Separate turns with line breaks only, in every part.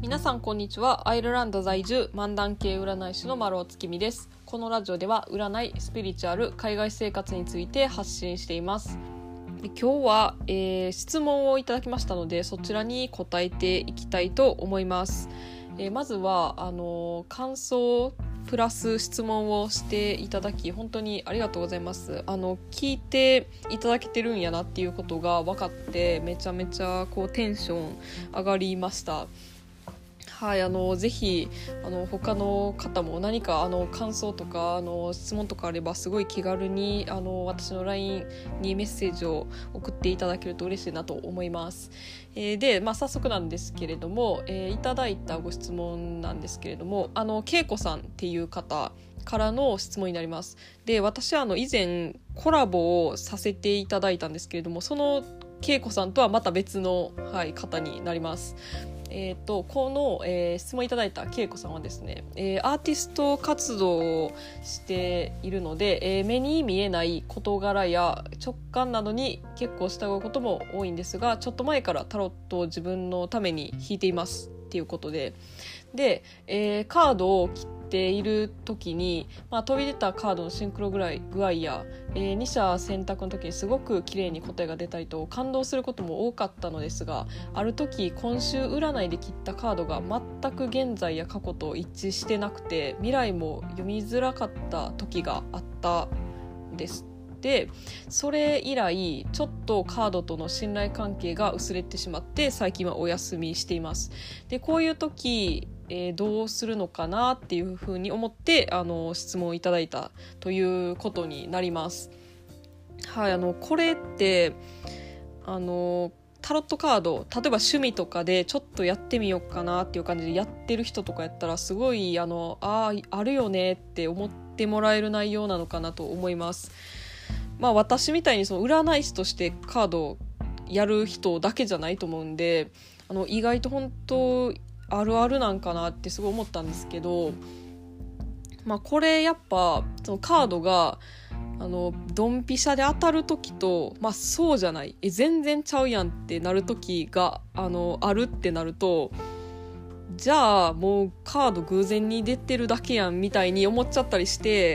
皆さんこんにちは。アイルランド在住漫談系占い師の丸尾月美です。このラジオでは占い、スピリチュアル、海外生活について発信しています。で今日は、質問をいただきましたので、そちらに答えていきたいと思います。まずは感想プラス質問をしていただき本当にありがとうございます。聞いていただけてるんやなっていうことが分かってめちゃめちゃテンション上がりました。はい、ぜひ他の方も何か感想とか質問とかあればすごい気軽に私の LINE にメッセージを送っていただけると嬉しいなと思います。で、早速なんですけれども、いただいたご質問なんですけれどもけいこさんっていう方からの質問になります。で、私は以前コラボをさせていただいたんですけれども、そのけいこさんとはまた別の、方になります。この、質問いただいたけいこさんはですね、アーティスト活動をしているので、目に見えない事柄や直感などに結構従うことも多いんですが、ちょっと前からタロットを自分のために引いていますっていうことで、カードを切っている時に、飛び出たカードのシンクロ具合や、二者選択の時にすごく綺麗に答えが出たりと感動することも多かったのですが、ある時今週占いで切ったカードが全く現在や過去と一致してなくて、未来も読みづらかった時があったんです。でそれ以来ちょっとカードとの信頼関係が薄れてしまって、最近はお休みしています。でこういう時どうするのかなっていうふうに思って質問をいただいたということになります。はい、これってタロットカード、例えば趣味とかでちょっとやってみようかなっていう感じでやってる人とかやったらすごいあるよねって思ってもらえる内容なのかなと思います。私みたいにその占い師としてカードをやる人だけじゃないと思うんで、意外と本当あるあるなんかなってすごい思ったんですけど、これやっぱそのカードがドンピシャで当たる時と、そうじゃない全然ちゃうやんってなる時があるってなると、じゃあもうカード偶然に出てるだけやんみたいに思っちゃったりして、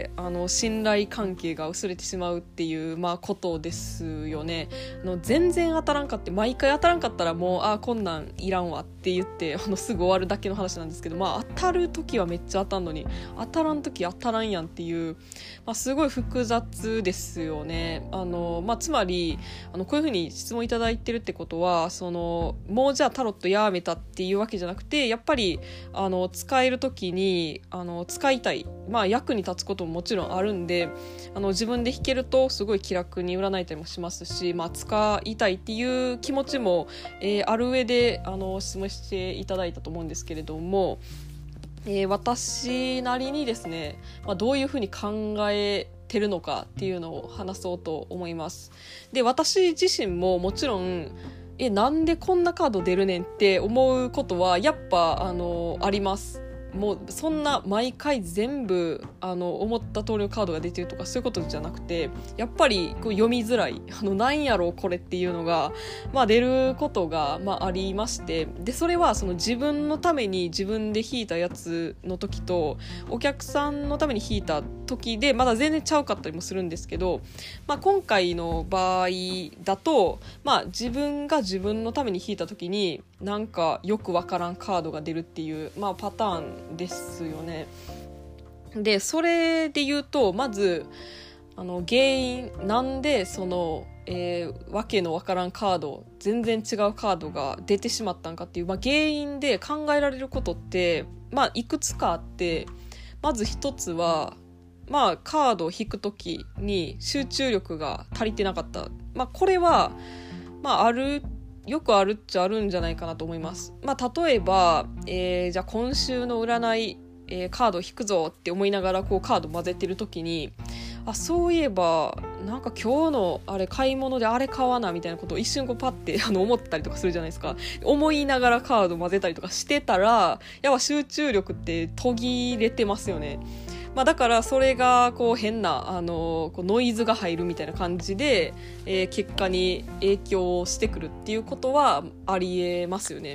信頼関係が薄れてしまうっていう、ことですよね。全然当たらんかって、毎回当たらんかったらもうこんなんいらんわって言ってすぐ終わるだけの話なんですけど、当たる時はめっちゃ当たんのに当たらん時当たらんやんっていう、すごい複雑ですよね。つまりこういうふうに質問いただいてるってことは、もうじゃあタロットやめたっていうわけじゃなくて、やっぱり使える時に使いたい、役に立つことももちろんあるんで、自分で弾けるとすごい気楽に占いたりもしますし、使いたいっていう気持ちも、ある上で質問していただいたと思うんですけれども、私なりにですね、どういうふうに考えてるのかっていうのを話そうと思います。で、私自身ももちろんなんでこんなカード出るねんって思うことはやっぱあります。もうそんな毎回全部思った通りのカードが出てるとかそういうことじゃなくて、やっぱり読みづらいなんやろうこれっていうのが、出ることが、ありまして、でそれはその自分のために自分で弾いたやつの時とお客さんのために弾いた時でまだ全然ちゃうかったりもするんですけど、今回の場合だと、自分が自分のために弾いた時になんかよくわからんカードが出るっていう、パターンですよね。でそれで言うと、まず原因なんでわけのわからんカード、全然違うカードが出てしまったんかっていう、原因で考えられることっていくつかあって、まず一つはカードを引くときに集中力が足りてなかった。これはよくあるっちゃあるんじゃないかなと思います。例えば、じゃあ今週の占い、カード引くぞって思いながらカード混ぜてるときに、そういえばなんか今日のあれ買い物であれ買わなみたいなことを一瞬パッて思ったりとかするじゃないですか。思いながらカード混ぜたりとかしてたら、やっぱ集中力って途切れてますよね。だからそれが変なノイズが入るみたいな感じで、結果に影響してくるっていうことはありえますよね。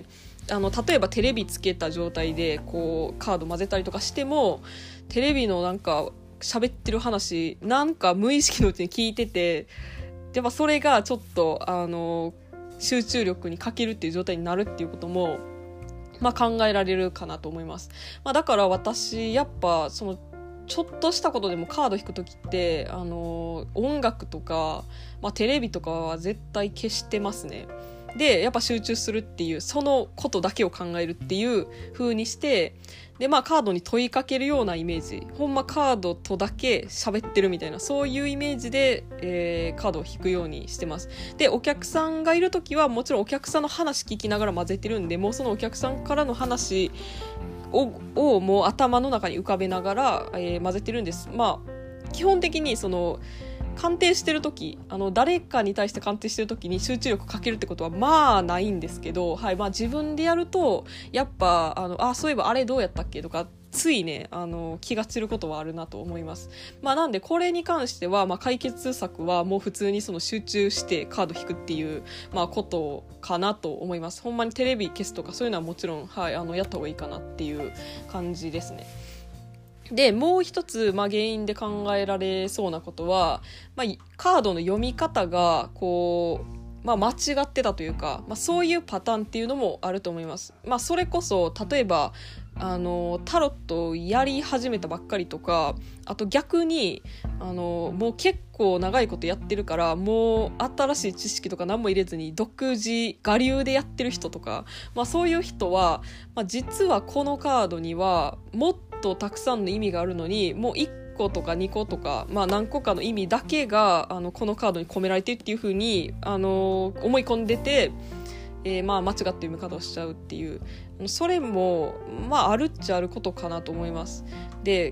例えばテレビつけた状態でこうカード混ぜたりとかしても、テレビのなんか喋ってる話なんか無意識のうちに聞いてて、やっぱそれがちょっと集中力に欠けるっていう状態になるっていうことも、考えられるかなと思います。だから私やっぱそのちょっとしたことでもカード引くときって音楽とか、テレビとかは絶対消してますね。でやっぱ集中するっていう、そのことだけを考えるっていう風にして、でカードに問いかけるようなイメージ、ほんまカードとだけ喋ってるみたいな、そういうイメージで、カードを引くようにしてます。でお客さんがいるときはもちろんお客さんの話聞きながら混ぜてるんで、もうそのお客さんからの話をもう頭の中に浮かべながら、混ぜてるんです。基本的にその鑑定してる時、誰かに対して鑑定してる時に集中力かけるってことはないんですけど、自分でやるとやっぱそういえばあれどうやったっけとかついね気が散ることはあるなと思います。なんでこれに関しては、解決策はもう普通にその集中してカード引くっていう、ことかなと思います。ほんまにテレビ消すとかそういうのはもちろん、やった方がいいかなっていう感じですね。でもう一つ、原因で考えられそうなことは、カードの読み方がこう、間違ってたというか、そういうパターンっていうのもあると思います。それこそ例えばタロットをやり始めたばっかりとか、あと逆にもう結構長いことやってるから、もう新しい知識とか何も入れずに独自我流でやってる人とか、そういう人は、実はこのカードにはもっとたくさんの意味があるのに、もう1個とか2個とか、何個かの意味だけがこのカードに込められてるっていう風に思い込んでて、間違った読み方をしちゃうっていう、それもあるっちゃあることかなと思います。で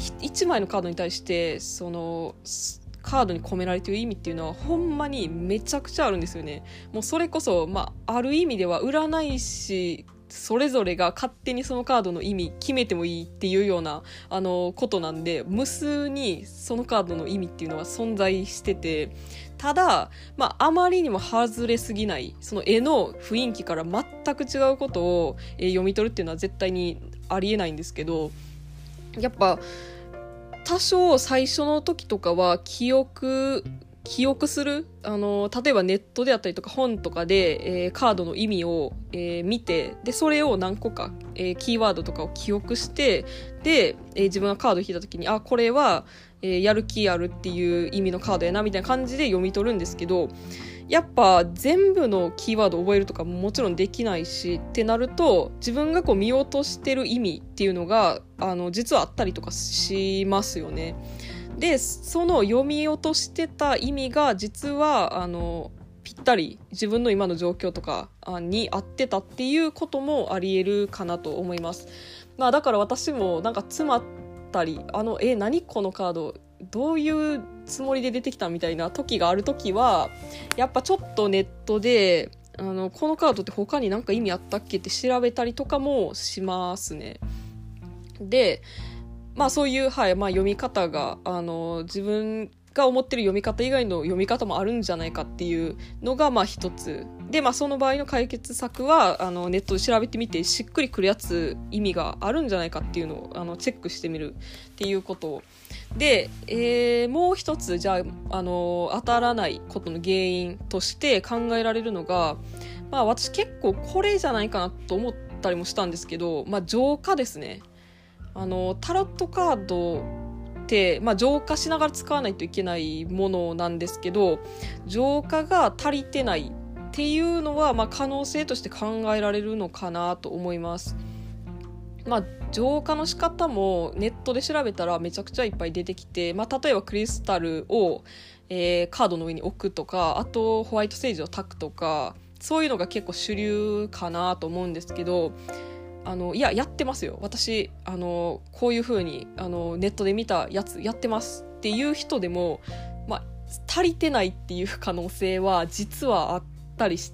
1枚のカードに対してそのカードに込められている意味っていうのはほんまにめちゃくちゃあるんですよね。もうそれこそ、ある意味では占い師それぞれが勝手にそのカードの意味決めてもいいっていうようなことなんで、無数にそのカードの意味っていうのは存在してて、ただ、あまりにも外れすぎない、その絵の雰囲気から全く違うことを、読み取るっていうのは絶対にありえないんですけど、やっぱ多少最初の時とかは記憶する、例えばネットであったりとか本とかで、カードの意味を、見て、でそれを何個か、キーワードとかを記憶して、で、自分がカードを引いた時にこれは、やる気あるっていう意味のカードやなみたいな感じで読み取るんですけど、やっぱ全部のキーワードを覚えるとかももちろんできないしってなると、自分がこう見落としてる意味っていうのが実はあったりとかしますよね。でその読み落としてた意味が実はぴったり自分の今の状況とかに合ってたっていうこともありえるかなと思います。だから私もなんか詰まったり何このカードどういうつもりで出てきたみたいな時がある時は、やっぱちょっとネットでこのカードって他に何か意味あったっけって調べたりとかもしますね。でそういう、読み方が自分が思ってる読み方以外の読み方もあるんじゃないかっていうのが一つで、その場合の解決策はネットで調べてみてしっくりくるやつ意味があるんじゃないかっていうのをチェックしてみるっていうことで、もう一つじゃあ当たらないことの原因として考えられるのが、私結構これじゃないかなと思ったりもしたんですけど、浄化ですね。タロットカードって、浄化しながら使わないといけないものなんですけど、浄化が足りてないっていうのは、可能性として考えられるのかなと思います。浄化の仕方もネットで調べたらめちゃくちゃいっぱい出てきて、例えばクリスタルを、カードの上に置くとか、あとホワイトセージを焚くとか、そういうのが結構主流かなと思うんですけど、やってますよ私こういう風にネットで見たやつやってますっていう人でも、足りてないっていう可能性は実はあったりして、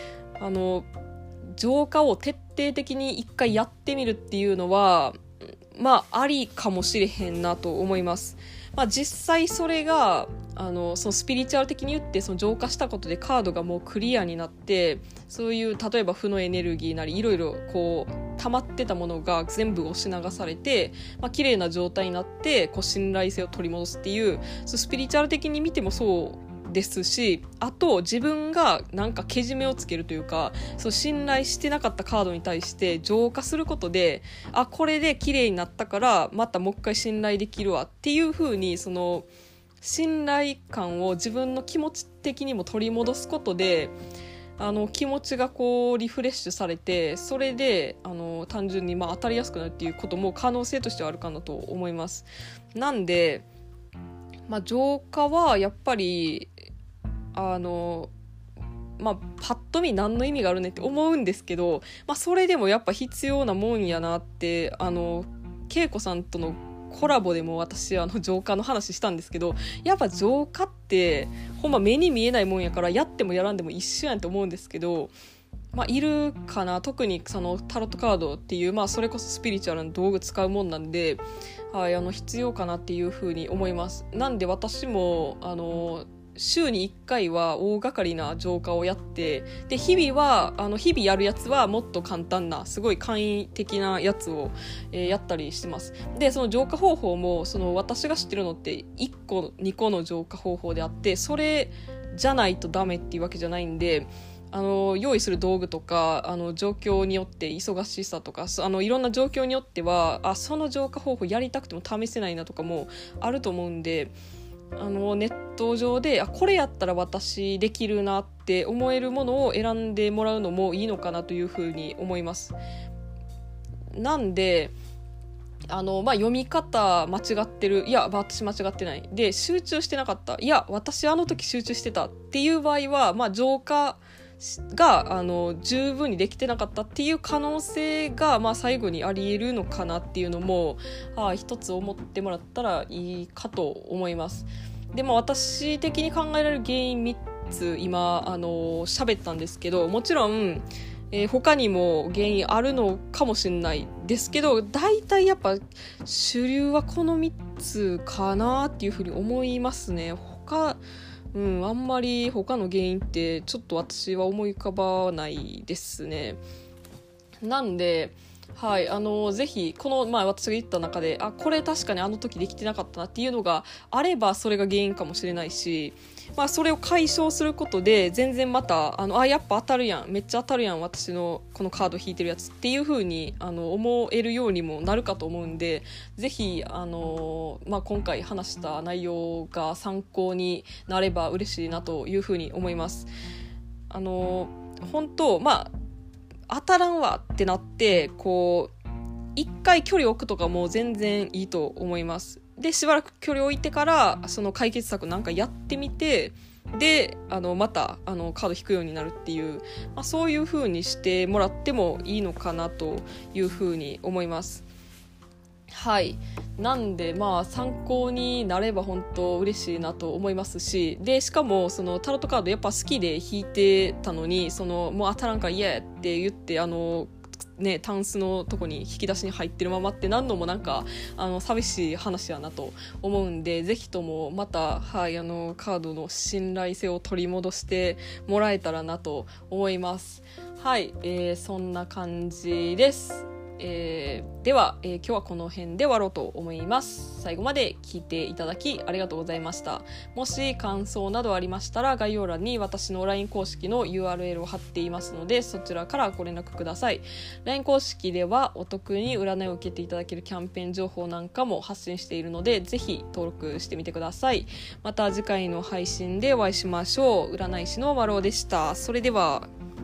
浄化を徹底的に一回やってみるっていうのはありかもしれへんなと思います。 実際それがそのスピリチュアル的に言ってその浄化したことでカードがもうクリアになって、そういう例えば負のエネルギーなりいろいろこう溜まってたものが全部押し流されて、綺麗な状態になってこう信頼性を取り戻すっていう、スピリチュアル的に見てもそうですし、あと自分がなんかけじめをつけるというか、そう信頼してなかったカードに対して浄化することで、これで綺麗になったからまたもう一回信頼できるわっていう風に、その信頼感を自分の気持ち的にも取り戻すことで、気持ちがこうリフレッシュされて、それで単純に当たりやすくなるっていうことも可能性としてはあるかなと思います。なんで、浄化はやっぱりパッと見何の意味があるねって思うんですけど、それでもやっぱ必要なもんやなって、恵子さんとのコラボでも私浄化の話したんですけど、やっぱ浄化ってほんま目に見えないもんやから、やってもやらんでも一緒やんって思うんですけど、いるかな。特にそのタロットカードっていう、それこそスピリチュアルな道具使うもんなんで、必要かなっていうふうに思います。なんで私も週に1回は大掛かりな浄化をやって、で日々やるやつはもっと簡単なすごい簡易的なやつを、やったりしてます。でその浄化方法も私が知ってるのって1個2個の浄化方法であって、それじゃないとダメっていうわけじゃないんで、用意する道具とか状況によって忙しさとかいろんな状況によってはその浄化方法やりたくても試せないなとかもあると思うんで、ネット上でこれやったら私できるなって思えるものを選んでもらうのもいいのかなというふうに思います。なんで読み方間違ってる、いや私間違ってない、で集中してなかった、いや私あの時集中してたっていう場合は、浄化が十分にできてなかったっていう可能性が、最後にありえるのかなっていうのも一つ思ってもらったらいいかと思います。で私的に考えられる原因3つ今喋ったんですけど、もちろん、他にも原因あるのかもしれないですけど、大体やっぱ主流はこの3つかなっていうふうに思いますね。あんまり他の原因ってちょっと私は思い浮かばないですね。なんでぜひこの、私が言った中でこれ確かにあの時できてなかったなっていうのがあればそれが原因かもしれないし、それを解消することで全然またやっぱ当たるやん、めっちゃ当たるやん私のこのカード引いてるやつっていう風に思えるようにもなるかと思うんで、ぜひ今回話した内容が参考になれば嬉しいなという風に思います。本当当たらんわってなってこう一回距離を置くとかも全然いいと思います。でしばらく距離を置いてからその解決策なんかやってみて、でまたカード引くようになるっていう、そういう風にしてもらってもいいのかなという風に思います。なんで参考になれば本当嬉しいなと思いますし、でしかもそのタロットカードやっぱ好きで引いてたのにもう当たらんから嫌やって言ってタンスのとこに引き出しに入ってるままってなんのもなんか寂しい話やなと思うんで、ぜひともまたカードの信頼性を取り戻してもらえたらなと思います。そんな感じです。では、今日はこの辺で終わろうと思います。最後まで聞いていただきありがとうございました。もし感想などありましたら概要欄に私の LINE 公式の URL を貼っていますので、そちらからご連絡ください。 LINE 公式ではお得に占いを受けていただけるキャンペーン情報なんかも発信しているので、ぜひ登録してみてください。また次回の配信でお会いしましょう。占い師のまろでした。それでは。